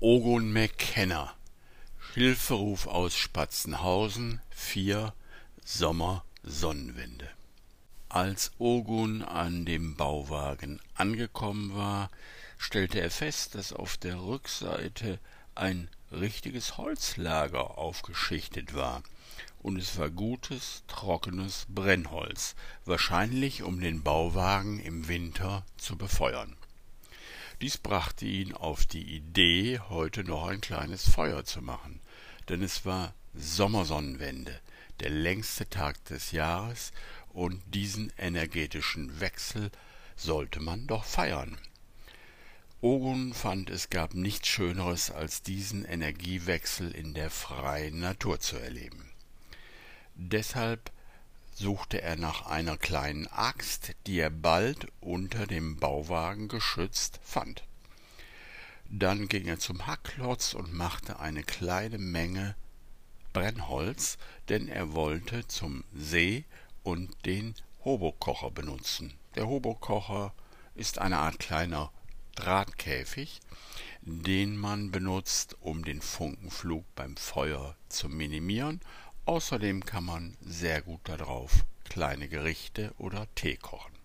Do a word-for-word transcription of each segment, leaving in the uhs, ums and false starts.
Ogun McKenna, Hilferuf aus Spatzenhausen, vier Sommer-Sonnenwende. Als Ogun an dem Bauwagen angekommen war, stellte er fest, dass auf der Rückseite ein richtiges Holzlager aufgeschichtet war, und es war gutes, trockenes Brennholz, wahrscheinlich um den Bauwagen im Winter zu befeuern. Dies brachte ihn auf die Idee, heute noch ein kleines Feuer zu machen, denn es war Sommersonnenwende, der längste Tag des Jahres, und diesen energetischen Wechsel sollte man doch feiern. Ogun fand, es gab nichts Schöneres, als diesen Energiewechsel in der freien Natur zu erleben. Deshalb suchte er nach einer kleinen Axt, die er bald unter dem Bauwagen geschützt fand. Dann ging er zum Hackklotz und machte eine kleine Menge Brennholz, denn er wollte zum See und den Hobokocher benutzen. Der Hobokocher ist eine Art kleiner Drahtkäfig, den man benutzt, um den Funkenflug beim Feuer zu minimieren. Außerdem kann man sehr gut darauf kleine Gerichte oder Tee kochen.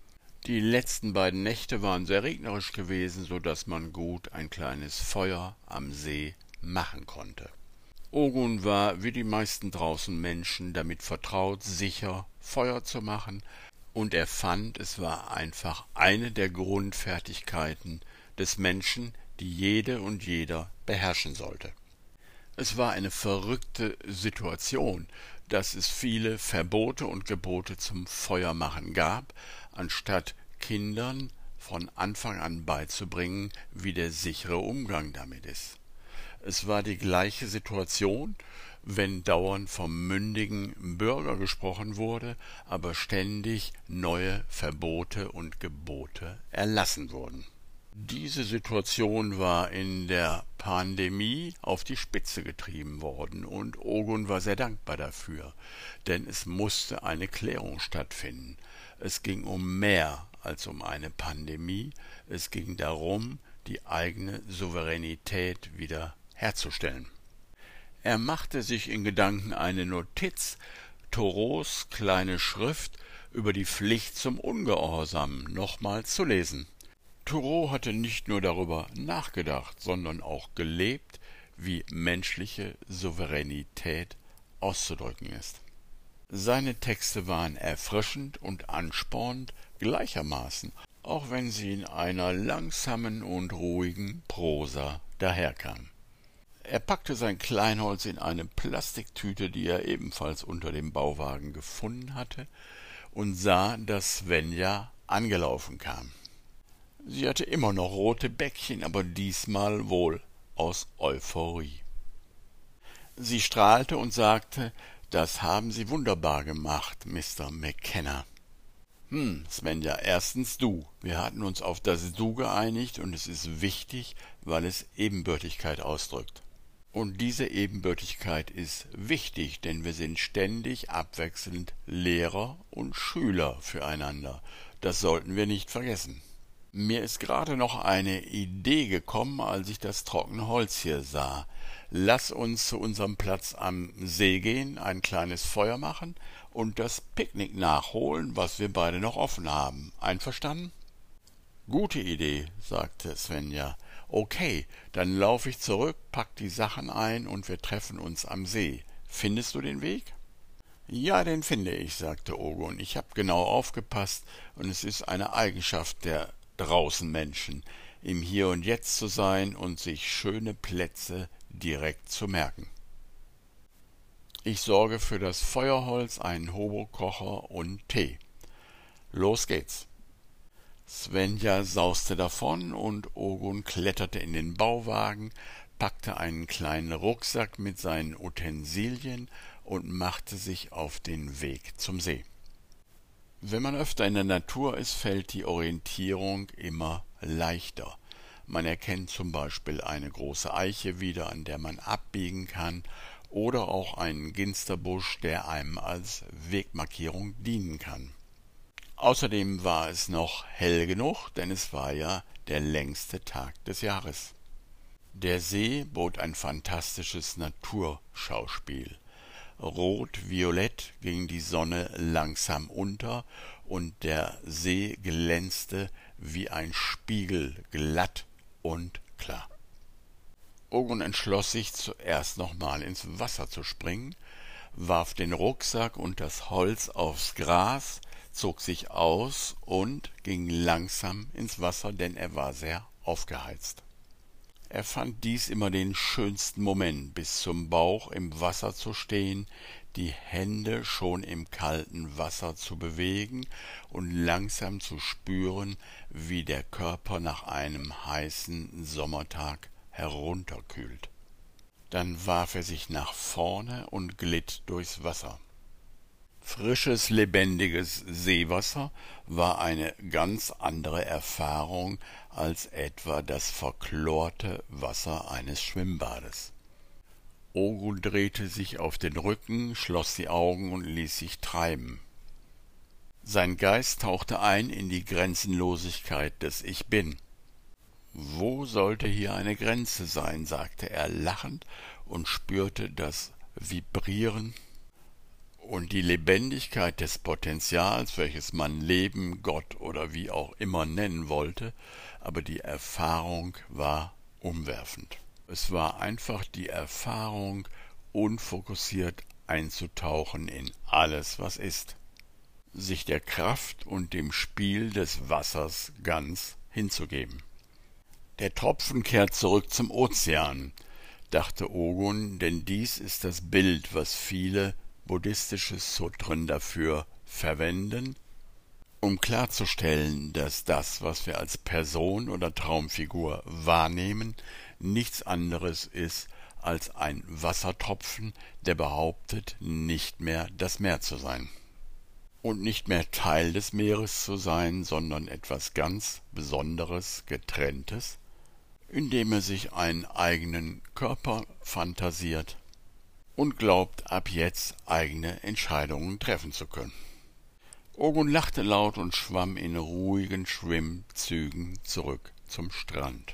Die letzten beiden Nächte waren sehr regnerisch gewesen, so dass man gut ein kleines Feuer am See machen konnte. Ogun war wie die meisten draußen Menschen damit vertraut, sicher Feuer zu machen, und er fand, es war einfach eine der Grundfertigkeiten des Menschen, die jede und jeder beherrschen sollte. Es war eine verrückte Situation, dass es viele Verbote und Gebote zum Feuermachen gab, anstatt Kindern von Anfang an beizubringen, wie der sichere Umgang damit ist. Es war die gleiche Situation, wenn dauernd vom mündigen Bürger gesprochen wurde, aber ständig neue Verbote und Gebote erlassen wurden. Diese Situation war in der Pandemie auf die Spitze getrieben worden, und Ogun war sehr dankbar dafür, denn es musste eine Klärung stattfinden. Es ging um mehr als um eine Pandemie, es ging darum, die eigene Souveränität wieder herzustellen. Er machte sich in Gedanken eine Notiz, Thoreaus kleine Schrift über die Pflicht zum Ungehorsam nochmals zu lesen. Thoreau hatte nicht nur darüber nachgedacht, sondern auch gelebt, wie menschliche Souveränität auszudrücken ist. Seine Texte waren erfrischend und anspornend gleichermaßen, auch wenn sie in einer langsamen und ruhigen Prosa daherkamen. Er packte sein Kleinholz in eine Plastiktüte, die er ebenfalls unter dem Bauwagen gefunden hatte, und sah, dass Svenja angelaufen kam. Sie hatte immer noch rote Bäckchen, aber diesmal wohl aus Euphorie. Sie strahlte und sagte, »Das haben Sie wunderbar gemacht, Mister McKenna.« »Hm, Svenja, erstens du. Wir hatten uns auf das Du geeinigt, und es ist wichtig, weil es Ebenbürtigkeit ausdrückt. Und diese Ebenbürtigkeit ist wichtig, denn wir sind ständig abwechselnd Lehrer und Schüler füreinander. Das sollten wir nicht vergessen.« Mir ist gerade noch eine Idee gekommen, als ich das trockene Holz hier sah. Lass uns zu unserem Platz am See gehen, ein kleines Feuer machen und das Picknick nachholen, was wir beide noch offen haben. Einverstanden? Gute Idee, sagte Svenja. Okay, dann laufe ich zurück, pack die Sachen ein und wir treffen uns am See. Findest du den Weg? Ja, den finde ich, sagte Ogun. Ich habe genau aufgepasst, und es ist eine Eigenschaft der draußen Menschen, im Hier und Jetzt zu sein und sich schöne Plätze direkt zu merken. Ich sorge für das Feuerholz, einen Hobokocher und Tee. Los geht's. Svenja sauste davon, und Ogun kletterte in den Bauwagen, packte einen kleinen Rucksack mit seinen Utensilien und machte sich auf den Weg zum See. Wenn man öfter in der Natur ist, fällt die Orientierung immer leichter. Man erkennt zum Beispiel eine große Eiche wieder, an der man abbiegen kann, oder auch einen Ginsterbusch, der einem als Wegmarkierung dienen kann. Außerdem war es noch hell genug, denn es war ja der längste Tag des Jahres. Der See bot ein fantastisches Naturschauspiel. Rot-violett ging die Sonne langsam unter, und der See glänzte wie ein Spiegel, glatt und klar. Ogun entschloss sich, zuerst nochmal ins Wasser zu springen, warf den Rucksack und das Holz aufs Gras, zog sich aus und ging langsam ins Wasser, denn er war sehr aufgeheizt. Er fand dies immer den schönsten Moment, bis zum Bauch im Wasser zu stehen, die Hände schon im kalten Wasser zu bewegen und langsam zu spüren, wie der Körper nach einem heißen Sommertag herunterkühlt. Dann warf er sich nach vorne und glitt durchs Wasser. Frisches, lebendiges Seewasser war eine ganz andere Erfahrung als etwa das verchlorte Wasser eines Schwimmbades. Ogun drehte sich auf den Rücken, schloss die Augen und ließ sich treiben. Sein Geist tauchte ein in die Grenzenlosigkeit des Ich Bin. Wo sollte hier eine Grenze sein, sagte er lachend und spürte das Vibrieren und die Lebendigkeit des Potenzials, welches man Leben, Gott oder wie auch immer nennen wollte, aber die Erfahrung war umwerfend. Es war einfach die Erfahrung, unfokussiert einzutauchen in alles, was ist, sich der Kraft und dem Spiel des Wassers ganz hinzugeben. Der Tropfen kehrt zurück zum Ozean, dachte Ogun, denn dies ist das Bild, was viele buddhistische Sutren dafür verwenden, um klarzustellen, dass das, was wir als Person oder Traumfigur wahrnehmen, nichts anderes ist als ein Wassertropfen, der behauptet, nicht mehr das Meer zu sein. Und nicht mehr Teil des Meeres zu sein, sondern etwas ganz Besonderes, Getrenntes, indem er sich einen eigenen Körper fantasiert und glaubt, ab jetzt eigene Entscheidungen treffen zu können. Ogun lachte laut und schwamm in ruhigen Schwimmzügen zurück zum Strand.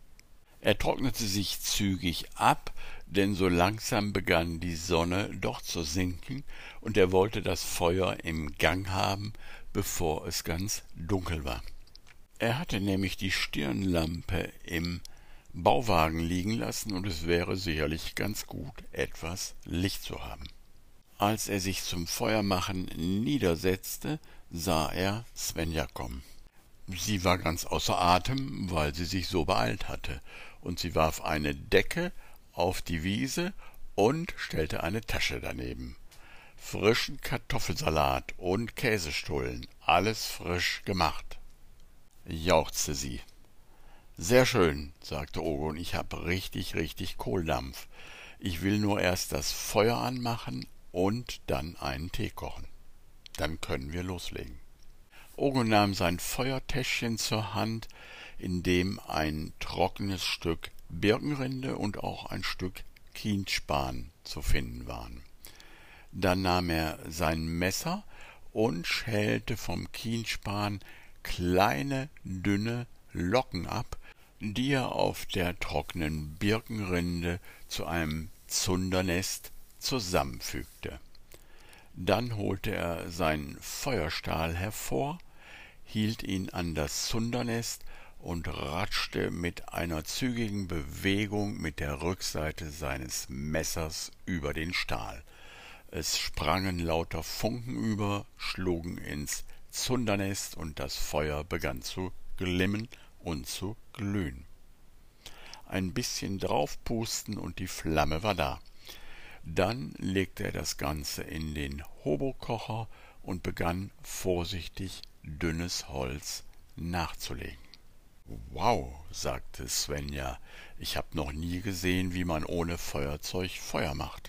Er trocknete sich zügig ab, denn so langsam begann die Sonne doch zu sinken, und er wollte das Feuer im Gang haben, bevor es ganz dunkel war. Er hatte nämlich die Stirnlampe im Bauwagen liegen lassen, und es wäre sicherlich ganz gut, etwas Licht zu haben. Als er sich zum Feuermachen niedersetzte, sah er Svenja kommen. Sie war ganz außer Atem, weil sie sich so beeilt hatte, und sie warf eine Decke auf die Wiese und stellte eine Tasche daneben. Frischen Kartoffelsalat und Käsestullen, alles frisch gemacht, jauchzte sie. »Sehr schön«, sagte Ogun, »ich hab richtig, richtig Kohldampf. Ich will nur erst das Feuer anmachen und dann einen Tee kochen. Dann können wir loslegen.« Ogun nahm sein Feuertäschchen zur Hand, in dem ein trockenes Stück Birkenrinde und auch ein Stück Kienspan zu finden waren. Dann nahm er sein Messer und schälte vom Kienspan kleine, dünne Locken ab, die er auf der trockenen Birkenrinde zu einem Zundernest zusammenfügte. Dann holte er seinen Feuerstahl hervor, hielt ihn an das Zundernest und ratschte mit einer zügigen Bewegung mit der Rückseite seines Messers über den Stahl. Es sprangen lauter Funken über, schlugen ins Zundernest, und das Feuer begann zu glimmen und zu glühen. Ein bisschen draufpusten und die Flamme war da. Dann legte er das Ganze in den Hobokocher und begann vorsichtig dünnes Holz nachzulegen. »Wow«, sagte Svenja, »ich hab noch nie gesehen, wie man ohne Feuerzeug Feuer macht.«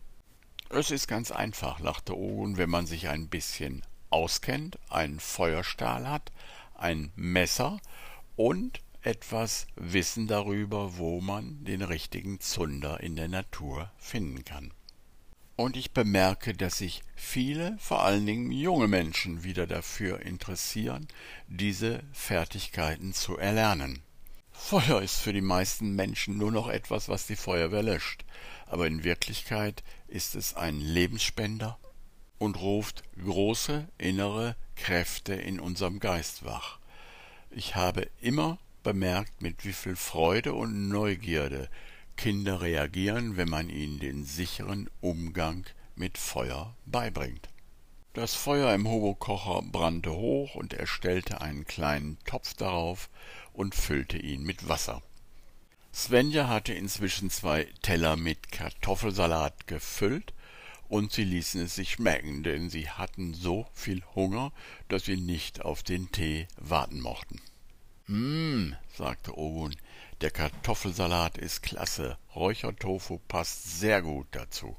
»Es ist ganz einfach«, lachte Ogun, »wenn man sich ein bisschen auskennt, einen Feuerstahl hat, ein Messer und etwas Wissen darüber, wo man den richtigen Zunder in der Natur finden kann. Und ich bemerke, dass sich viele, vor allen Dingen junge Menschen, wieder dafür interessieren, diese Fertigkeiten zu erlernen. Feuer ist für die meisten Menschen nur noch etwas, was die Feuerwehr löscht, aber in Wirklichkeit ist es ein Lebensspender und ruft große innere Kräfte in unserem Geist wach. Ich habe immer bemerkt, mit wie viel Freude und Neugierde Kinder reagieren, wenn man ihnen den sicheren Umgang mit Feuer beibringt. Das Feuer im Hobokocher brannte hoch und er stellte einen kleinen Topf darauf und füllte ihn mit Wasser. Svenja hatte inzwischen zwei Teller mit Kartoffelsalat gefüllt und sie ließen es sich schmecken, denn sie hatten so viel Hunger, dass sie nicht auf den Tee warten mochten. »Hm«, sagte Ogun, »der Kartoffelsalat ist klasse, Räuchertofu passt sehr gut dazu.«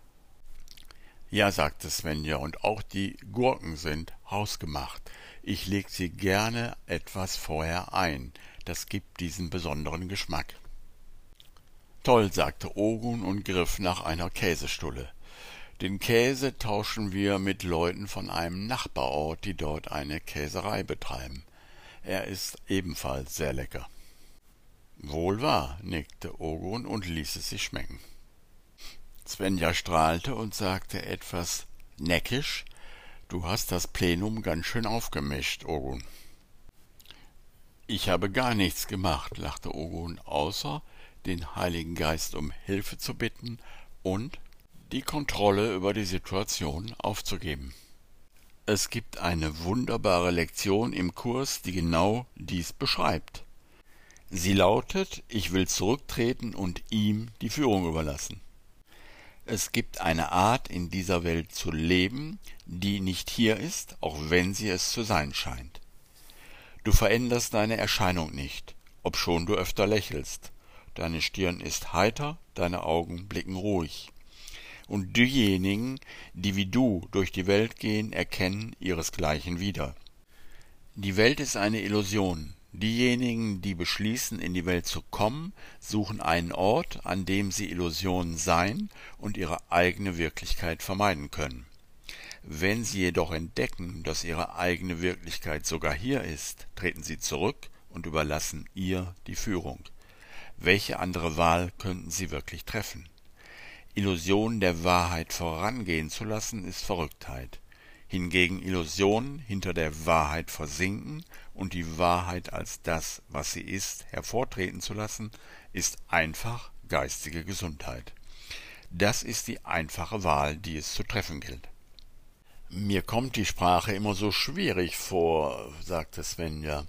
»Ja«, sagte Svenja, »und auch die Gurken sind hausgemacht. Ich leg sie gerne etwas vorher ein, das gibt diesen besonderen Geschmack.« »Toll«, sagte Ogun und griff nach einer Käsestulle. »Den Käse tauschen wir mit Leuten von einem Nachbarort, die dort eine Käserei betreiben. Er ist ebenfalls sehr lecker.« »Wohl wahr«, nickte Ogun und ließ es sich schmecken. Svenja strahlte und sagte etwas neckisch, »Du hast das Plenum ganz schön aufgemischt, Ogun.« »Ich habe gar nichts gemacht«, lachte Ogun, »außer den Heiligen Geist um Hilfe zu bitten und die Kontrolle über die Situation aufzugeben. Es gibt eine wunderbare Lektion im Kurs, die genau dies beschreibt. Sie lautet, ich will zurücktreten und ihm die Führung überlassen. Es gibt eine Art, in dieser Welt zu leben, die nicht hier ist, auch wenn sie es zu sein scheint. Du veränderst deine Erscheinung nicht, obschon du öfter lächelst. Deine Stirn ist heiter, deine Augen blicken ruhig. Und diejenigen, die wie du durch die Welt gehen, erkennen ihresgleichen wieder. Die Welt ist eine Illusion. Diejenigen, die beschließen, in die Welt zu kommen, suchen einen Ort, an dem sie Illusionen sein und ihre eigene Wirklichkeit vermeiden können. Wenn sie jedoch entdecken, dass ihre eigene Wirklichkeit sogar hier ist, treten sie zurück und überlassen ihr die Führung. Welche andere Wahl könnten sie wirklich treffen? Illusionen der Wahrheit vorangehen zu lassen, ist Verrücktheit. Hingegen Illusionen hinter der Wahrheit versinken und die Wahrheit als das, was sie ist, hervortreten zu lassen, ist einfach geistige Gesundheit. Das ist die einfache Wahl, die es zu treffen gilt. »Mir kommt die Sprache immer so schwierig vor«, sagte Svenja.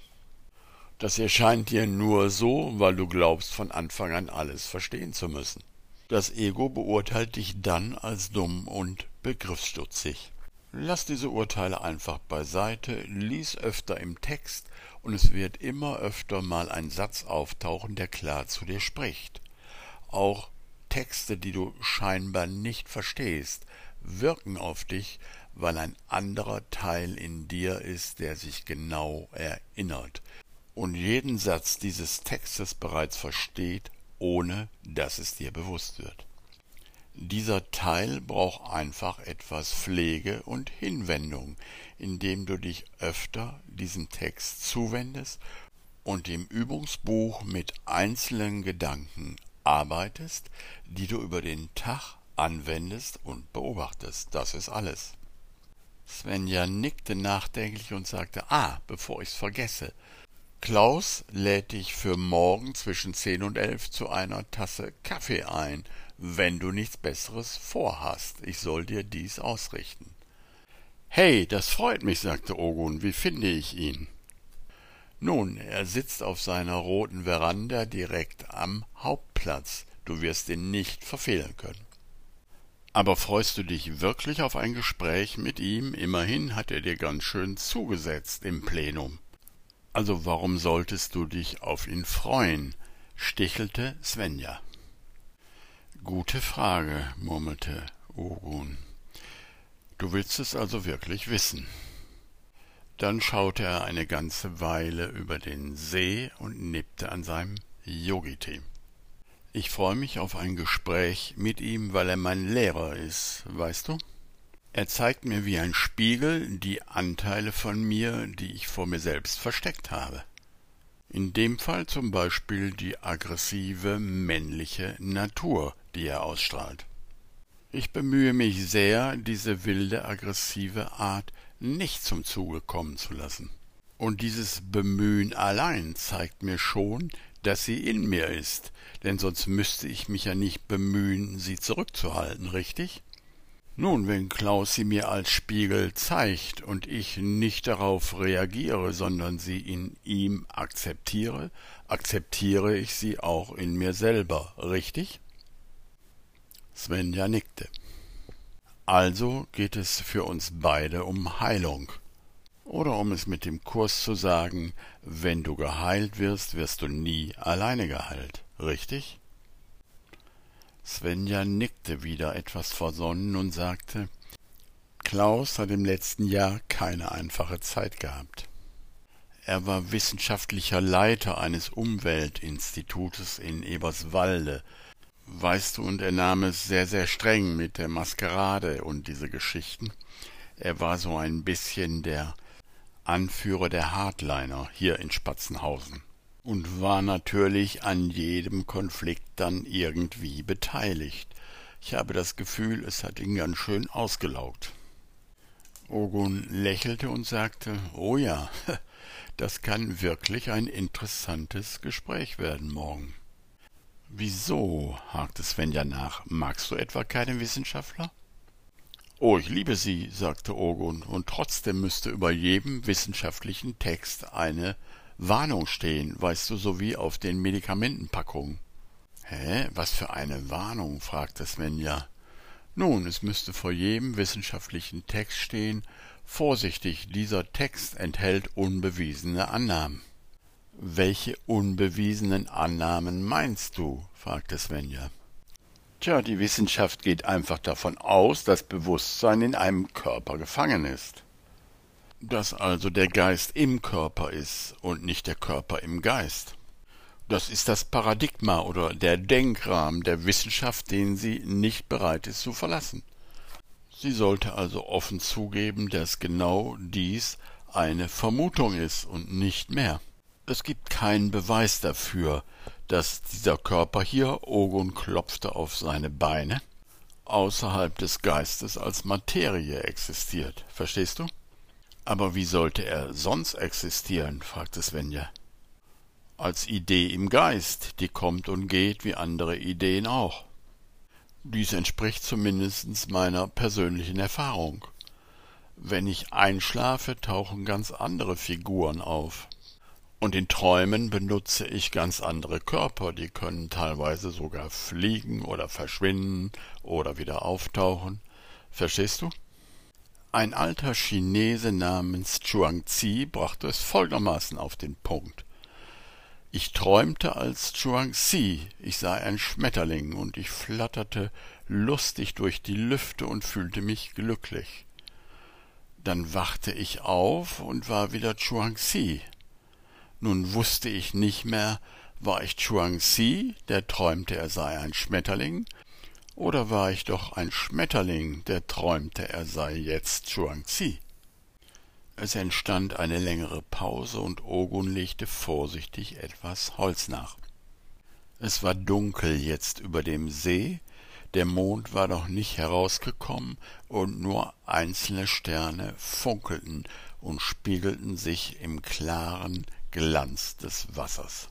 »Das erscheint dir nur so, weil du glaubst, von Anfang an alles verstehen zu müssen. Das Ego beurteilt dich dann als dumm und begriffsstutzig. Lass diese Urteile einfach beiseite, lies öfter im Text, und es wird immer öfter mal ein Satz auftauchen, der klar zu dir spricht. Auch Texte, die du scheinbar nicht verstehst, wirken auf dich, weil ein anderer Teil in dir ist, der sich genau erinnert und jeden Satz dieses Textes bereits versteht, ohne dass es dir bewusst wird. Dieser Teil braucht einfach etwas Pflege und Hinwendung, indem du dich öfter diesem Text zuwendest und im Übungsbuch mit einzelnen Gedanken arbeitest, die du über den Tag anwendest und beobachtest. Das ist alles. Svenja nickte nachdenklich und sagte, ah, bevor ich's vergesse, Klaus lädt dich für morgen zwischen zehn und elf zu einer Tasse Kaffee ein, wenn du nichts Besseres vorhast. Ich soll dir dies ausrichten. »Hey, das freut mich«, sagte Ogun, »wie finde ich ihn?« »Nun, er sitzt auf seiner roten Veranda direkt am Hauptplatz. Du wirst ihn nicht verfehlen können.« »Aber freust du dich wirklich auf ein Gespräch mit ihm? Immerhin hat er dir ganz schön zugesetzt im Plenum.« »Also warum solltest du dich auf ihn freuen?«, stichelte Svenja. »Gute Frage«, murmelte Ogun. »Du willst es also wirklich wissen?« Dann schaute er eine ganze Weile über den See und nippte an seinem Yogi-Tee. »Ich freue mich auf ein Gespräch mit ihm, weil er mein Lehrer ist, weißt du? Er zeigt mir wie ein Spiegel die Anteile von mir, die ich vor mir selbst versteckt habe.« In dem Fall zum Beispiel die aggressive männliche Natur, die er ausstrahlt. Ich bemühe mich sehr, diese wilde, aggressive Art nicht zum Zuge kommen zu lassen. Und dieses Bemühen allein zeigt mir schon, dass sie in mir ist, denn sonst müsste ich mich ja nicht bemühen, sie zurückzuhalten, richtig? Nun, wenn Klaus sie mir als Spiegel zeigt und ich nicht darauf reagiere, sondern sie in ihm akzeptiere, akzeptiere ich sie auch in mir selber, richtig? Svenja nickte. Also geht es für uns beide um Heilung. Oder um es mit dem Kurs zu sagen, wenn du geheilt wirst, wirst du nie alleine geheilt, richtig? Svenja nickte wieder etwas versonnen und sagte, Klaus hat im letzten Jahr keine einfache Zeit gehabt. Er war wissenschaftlicher Leiter eines Umweltinstitutes in Eberswalde, weißt du, und er nahm es sehr, sehr streng mit der Maskerade und diese Geschichten. Er war so ein bisschen der Anführer der Hardliner hier in Spatzenhausen und war natürlich an jedem Konflikt dann irgendwie beteiligt. Ich habe das Gefühl, es hat ihn ganz schön ausgelaugt. Ogun lächelte und sagte, oh ja, das kann wirklich ein interessantes Gespräch werden morgen. Wieso? Hakte Svenja nach. Magst du etwa keine Wissenschaftler? Oh, ich liebe sie, sagte Ogun, und trotzdem müsste über jedem wissenschaftlichen Text eine Warnung stehen, weißt du, so wie auf den Medikamentenpackungen. Hä, was für eine Warnung? Fragte Svenja. Nun, es müsste vor jedem wissenschaftlichen Text stehen, Vorsichtig, dieser Text enthält unbewiesene Annahmen. »Welche unbewiesenen Annahmen meinst du?« fragte Svenja. »Tja, die Wissenschaft geht einfach davon aus, dass Bewusstsein in einem Körper gefangen ist. Dass also der Geist im Körper ist und nicht der Körper im Geist. Das ist das Paradigma oder der Denkrahmen der Wissenschaft, den sie nicht bereit ist zu verlassen. Sie sollte also offen zugeben, dass genau dies eine Vermutung ist und nicht mehr. Es gibt keinen Beweis dafür, dass dieser Körper hier, Ogun klopfte auf seine Beine, außerhalb des Geistes als Materie existiert. Verstehst du? Aber wie sollte er sonst existieren? Fragte Svenja. Als Idee im Geist, die kommt und geht wie andere Ideen auch. Dies entspricht zumindest meiner persönlichen Erfahrung. Wenn ich einschlafe, tauchen ganz andere Figuren auf. Und in Träumen benutze ich ganz andere Körper, die können teilweise sogar fliegen oder verschwinden oder wieder auftauchen. Verstehst du? Ein alter Chinese namens Chuangzi brachte es folgendermaßen auf den Punkt. Ich träumte als Chuangzi, ich sei ein Schmetterling und ich flatterte lustig durch die Lüfte und fühlte mich glücklich. Dann wachte ich auf und war wieder Chuangzi. Nun wusste ich nicht mehr, war ich Chuangzi, der träumte, er sei ein Schmetterling, oder war ich doch ein Schmetterling, der träumte, er sei jetzt Chuangzi? Es entstand eine längere Pause und Ogun legte vorsichtig etwas Holz nach. Es war dunkel jetzt über dem See, der Mond war noch nicht herausgekommen und nur einzelne Sterne funkelten und spiegelten sich im klaren Glanz des Wassers.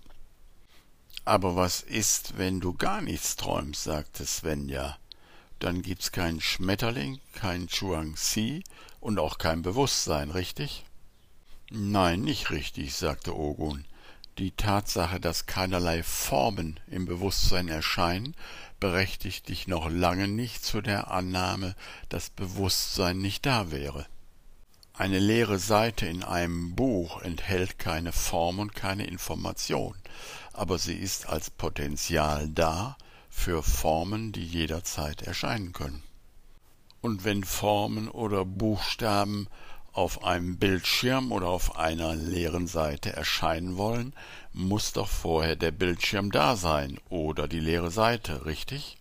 »Aber was ist, wenn du gar nichts träumst?« sagte Svenja. »Dann gibt's keinen Schmetterling, kein Chuangzi und auch kein Bewusstsein, richtig?« »Nein, nicht richtig«, sagte Ogun. »Die Tatsache, dass keinerlei Formen im Bewusstsein erscheinen, berechtigt dich noch lange nicht zu der Annahme, dass Bewusstsein nicht da wäre. Eine leere Seite in einem Buch enthält keine Form und keine Information, aber sie ist als Potenzial da für Formen, die jederzeit erscheinen können. Und wenn Formen oder Buchstaben auf einem Bildschirm oder auf einer leeren Seite erscheinen wollen, muss doch vorher der Bildschirm da sein oder die leere Seite, richtig?«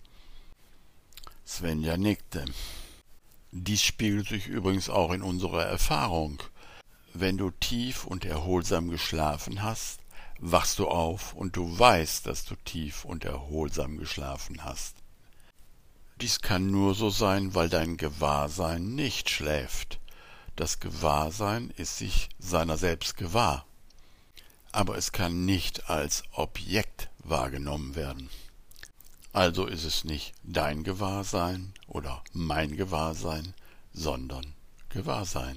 Svenja nickte. »Dies spiegelt sich übrigens auch in unserer Erfahrung. Wenn du tief und erholsam geschlafen hast, wachst du auf und du weißt, dass du tief und erholsam geschlafen hast. Dies kann nur so sein, weil dein Gewahrsein nicht schläft. Das Gewahrsein ist sich seiner selbst gewahr, aber es kann nicht als Objekt wahrgenommen werden. Also ist es nicht dein Gewahrsein oder mein Gewahrsein, sondern Gewahrsein.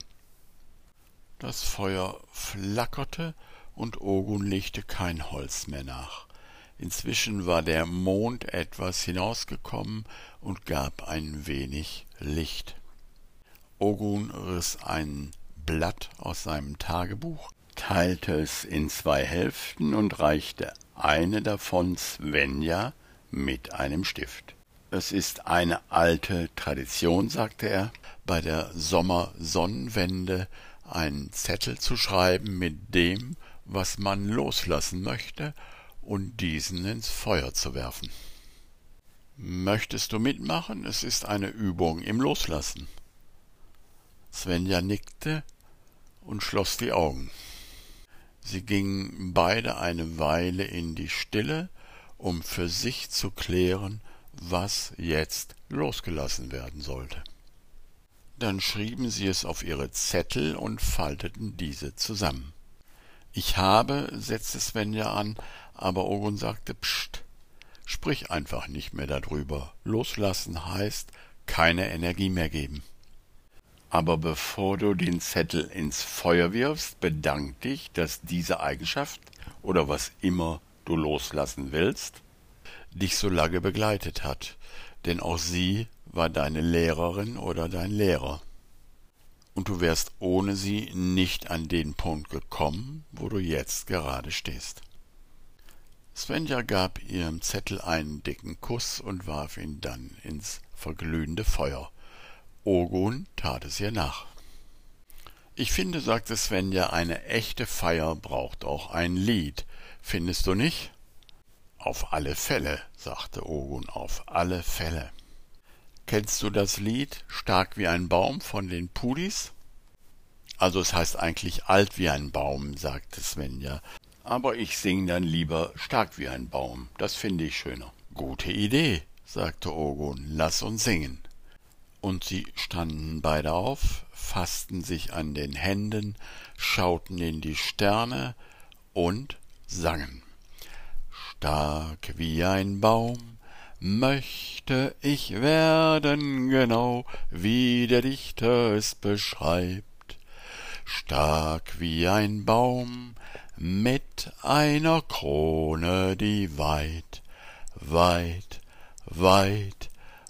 Das Feuer flackerte und Ogun legte kein Holz mehr nach. Inzwischen war der Mond etwas hinausgekommen und gab ein wenig Licht. Ogun riss ein Blatt aus seinem Tagebuch, teilte es in zwei Hälften und reichte eine davon Svenja mit einem Stift. »Es ist eine alte Tradition«, sagte er, »bei der Sommersonnenwende einen Zettel zu schreiben mit dem, was man loslassen möchte, und diesen ins Feuer zu werfen. Möchtest du mitmachen? Es ist eine Übung im Loslassen.« Svenja nickte und schloss die Augen. Sie gingen beide eine Weile in die Stille, um für sich zu klären, was jetzt losgelassen werden sollte. Dann schrieben sie es auf ihre Zettel und falteten diese zusammen. »Ich habe«, setzte Svenja an, aber Ogun sagte, »Psst, sprich einfach nicht mehr darüber. Loslassen heißt, keine Energie mehr geben. Aber bevor du den Zettel ins Feuer wirfst, bedank dich, dass diese Eigenschaft oder was immer du loslassen willst, dich so lange begleitet hat, denn auch sie war deine Lehrerin oder dein Lehrer. Und du wärst ohne sie nicht an den Punkt gekommen, wo du jetzt gerade stehst.« Svenja gab ihrem Zettel einen dicken Kuss und warf ihn dann ins verglühende Feuer. Ogun tat es ihr nach. »Ich finde«, sagte Svenja, »eine echte Feier braucht auch ein Lied. Findest du nicht?« »Auf alle Fälle«, sagte Ogun, »auf alle Fälle.« »Kennst du das Lied »Stark wie ein Baum« von den Pudis?« »Also es heißt eigentlich »Alt wie ein Baum«, sagte Svenja, »aber ich sing dann lieber »Stark wie ein Baum«, das finde ich schöner.« »Gute Idee«, sagte Ogun, »lass uns singen.« Und sie standen beide auf, fassten sich an den Händen, schauten in die Sterne und sangen. »Stark wie ein Baum möchte ich werden, genau wie der Dichter es beschreibt. Stark wie ein Baum mit einer Krone, die weit, weit, weit,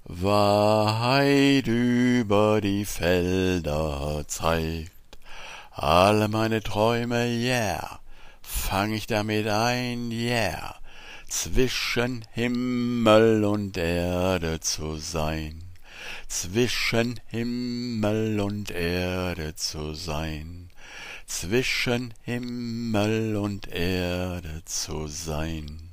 weit über die Felder zeigt. Alle meine Träume, yeah, fang ich damit ein, yeah, zwischen Himmel und Erde zu sein, zwischen Himmel und Erde zu sein, zwischen Himmel und Erde zu sein.«